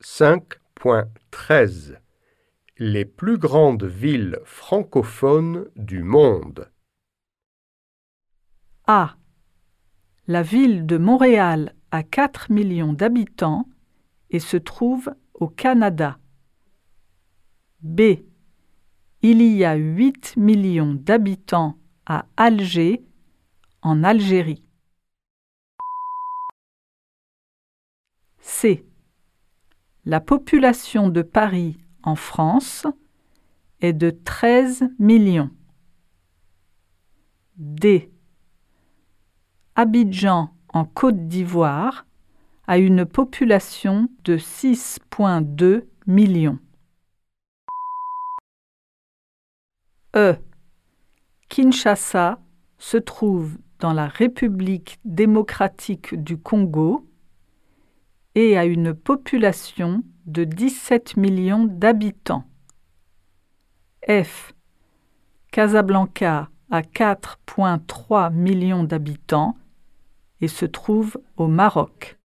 5.13 Les plus grandes villes francophones du monde. A. La ville de Montréal a 4 millions d'habitants et se trouve au Canada. B. Il y a 8 millions d'habitants à Alger, en Algérie. C. La population de Paris, en France, est de 13 millions. D. Abidjan, en Côte d'Ivoire, a une population de 6,2 millions. E. Kinshasa se trouve dans la République démocratique du Congo et a une population de 17 millions d'habitants. F. Casablanca a 4,3 millions d'habitants et se trouve au Maroc.